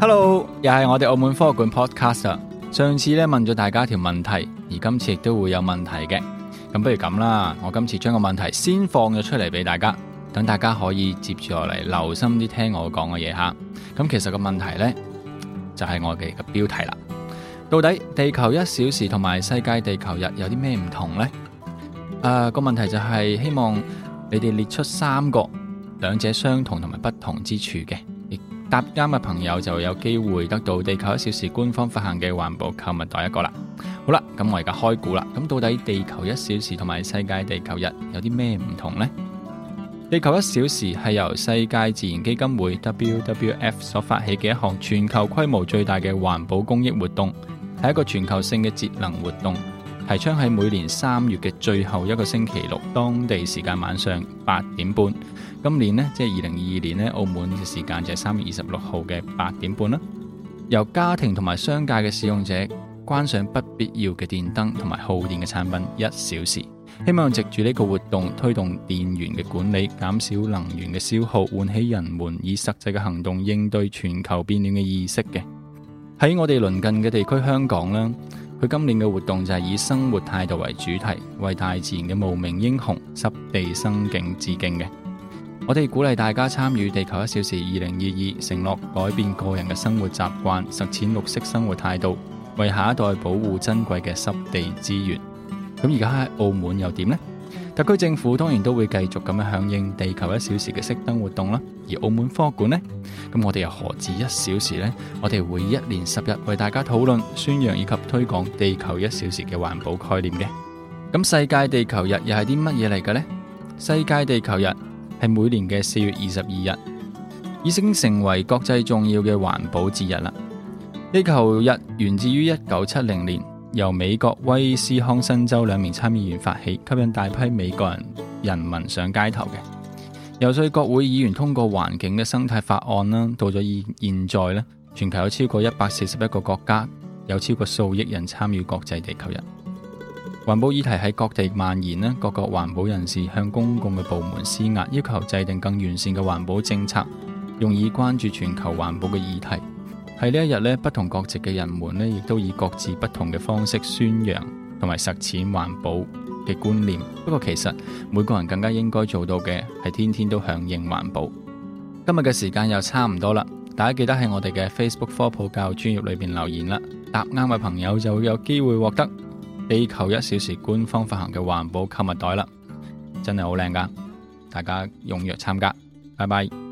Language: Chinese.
Hello， 又係我哋澳門科學館 podcast。上次咧問咗大家條問題，而今次亦都會有問題嘅。咁不如咁啦，我今次將個問題先放咗出嚟俾大家，等大家可以接住落嚟留心啲聽我講嘅嘢吓。咁其實個問題呢，就係我哋嘅標題啦。到底地球1小時同埋世界地球日有啲咩唔同呢？個問題就係希望你哋列出3個兩者相同同埋不同之處嘅。答啱嘅朋友就有機會得到地球1小時官方發行嘅環保購物袋1個啦。好啦，咁我而家開估啦。咁到底地球1小時同埋世界地球日有啲咩唔同呢？地球1小時係由世界自然基金會 WWF 所發起嘅一項全球規模最大嘅環保公益活動，係一個全球性嘅節能活動，提倡喺每年3月嘅最後一個星期六，當地時間晚上8點半。今年呢，即係2022年呢，澳門嘅時間就係3月26號嘅8點半啦。由家庭同埋商界嘅使用者關上不必要嘅電燈同埋耗電嘅產品1小時，希望藉住呢個活動推動電源嘅管理，減少能源嘅消耗，喚起人們以實際嘅行動應對全球變暖嘅意識嘅。喺我哋鄰近嘅地區香港啦，佢今年嘅活動就係以生活態度為主題，為大自然嘅無名英雄濕地生境致敬嘅。我哋鼓勵大家參與地球1小時2022，承諾改變個人嘅生活習慣，實踐綠色生活態度，為下一代保護珍貴嘅濕地資源。咁而家喺澳門又點呢？特區政府當然都會繼續咁樣響應地球1小時嘅熄燈活動啦。而澳門科學館呢？咁我哋又何止1小時呢？我哋會1連10日為大家討論、宣揚以及推廣地球1小時嘅環保概念嘅。咁世界地球日又係啲乜嘢嚟嘅呢？世界地球日係每年嘅4月22日，已經成為國際重要嘅環保節日啦。地球日源自於1970年，由美國威斯康辛州2名參議員發起，吸引大批美國人民上街頭嘅。游說國會議員通過環境嘅生態法案啦，到咗現在咧，全球有超過141個國家，有超過數億人參與國際地球日。環保議題喺各地蔓延啦，各個環保人士向公共嘅部門施壓，要求制定更完善嘅環保政策，用以關注全球環保嘅議題。喺呢一日咧，不同國籍嘅人們咧，亦都以各自不同嘅方式宣揚同埋實踐環保嘅觀念。不過其實每個人更加應該做到嘅係天天都響應環保。今日嘅時間又差唔多啦，大家記得喺我哋嘅 Facebook 科普教育專頁裏邊留言啦，答啱嘅朋友就會有機會獲得地球1小時官方發行嘅環保購物袋啦，真係好靚噶，大家踴躍參加，拜拜。